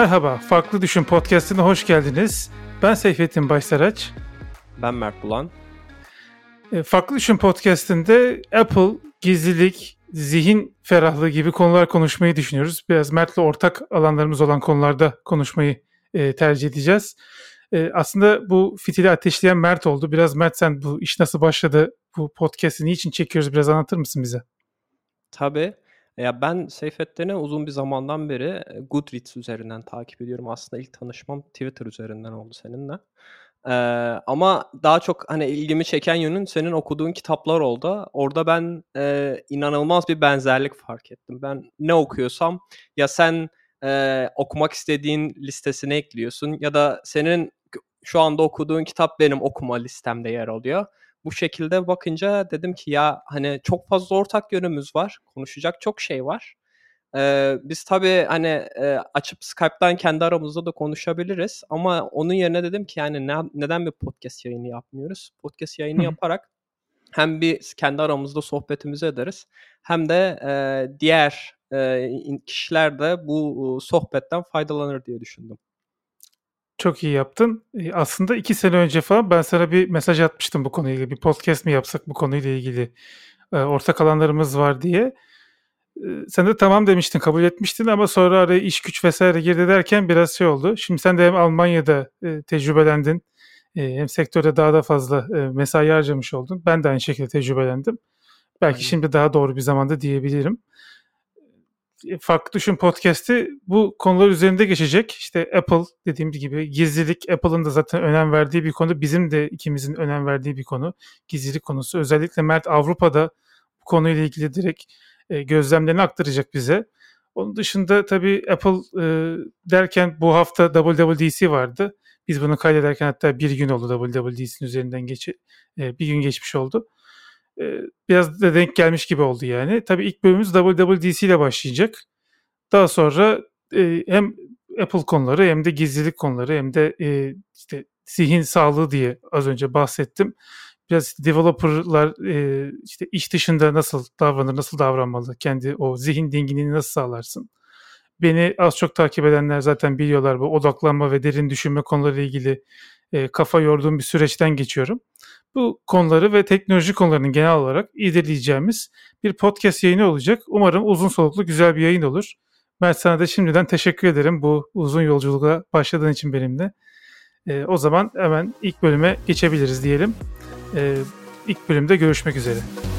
Merhaba, Farklı Düşün Podcast'ine hoş geldiniz. Ben Seyfettin Başsaraç. Ben Mert Bulan. Farklı Düşün Podcast'inde Apple, gizlilik, zihin ferahlığı gibi konular konuşmayı düşünüyoruz. Biraz Mert'le ortak alanlarımız olan konularda konuşmayı tercih edeceğiz. Aslında bu fitili ateşleyen Mert oldu. Biraz Mert, sen bu iş nasıl başladı, bu podcast'i niçin çekiyoruz, biraz anlatır mısın bize? Tabii. Ya ben Seyfettin'i uzun bir zamandan beri Goodreads üzerinden takip ediyorum. Aslında ilk tanışmam Twitter üzerinden oldu seninle. Ama daha çok hani ilgimi çeken yönün senin okuduğun kitaplar oldu. Orada ben inanılmaz bir benzerlik fark ettim. Ben ne okuyorsam ya sen okumak istediğin listesine ekliyorsun ya da senin şu anda okuduğun kitap benim okuma listemde yer alıyor. Bu şekilde bakınca dedim ki ya hani çok fazla ortak yönümüz var. Konuşacak çok şey var. Biz tabii hani açıp Skype'tan kendi aramızda da konuşabiliriz. Ama onun yerine dedim ki yani neden bir podcast yayını yapmıyoruz? Podcast yayını yaparak hem bir kendi aramızda sohbetimizi ederiz. Hem de diğer kişiler de bu sohbetten faydalanır diye düşündüm. Çok iyi yaptın. Aslında 2 sene önce falan ben sana bir mesaj atmıştım bu konuyla ilgili. Bir podcast mi yapsak bu konuyla ilgili? Ortak alanlarımız var diye. Sen de tamam demiştin, kabul etmiştin ama sonra araya iş güç vesaire girdi derken biraz şey oldu. Şimdi sen de hem Almanya'da tecrübelendin, hem sektörde daha da fazla mesai harcamış oldun. Ben de aynı şekilde tecrübelendim. Belki Aynen. şimdi daha doğru bir zamanda diyebilirim. Farklı Düşün Podcast'i bu konular üzerinde geçecek. İşte Apple, dediğimiz gibi gizlilik, Apple'ın da zaten önem verdiği bir konu. Bizim de ikimizin önem verdiği bir konu. Gizlilik konusu. Özellikle Mert Avrupa'da bu konuyla ilgili direkt gözlemlerini aktaracak bize. Onun dışında tabii Apple derken bu hafta WWDC vardı. Biz bunu kaydederken hatta bir gün oldu WWDC'nin üzerinden bir gün geçmiş oldu. Biraz da denk gelmiş gibi oldu yani. Tabii ilk bölümümüz WWDC ile başlayacak. Daha sonra hem Apple konuları hem de gizlilik konuları hem de işte zihin sağlığı diye az önce bahsettim. Biraz developerlar işte iş dışında nasıl davranır, nasıl davranmalı, kendi o zihin dinginliğini nasıl sağlarsın? Beni az çok takip edenler zaten biliyorlar, bu odaklanma ve derin düşünme konularıyla ilgili kafa yorduğum bir süreçten geçiyorum. Bu konuları ve teknoloji konularının genel olarak irdeleyeceğimiz bir podcast yayını olacak. Umarım uzun soluklu güzel bir yayın olur. Ben sana da şimdiden teşekkür ederim bu uzun yolculuğa başladığın için benimle. O zaman hemen ilk bölüme geçebiliriz diyelim. İlk bölümde görüşmek üzere.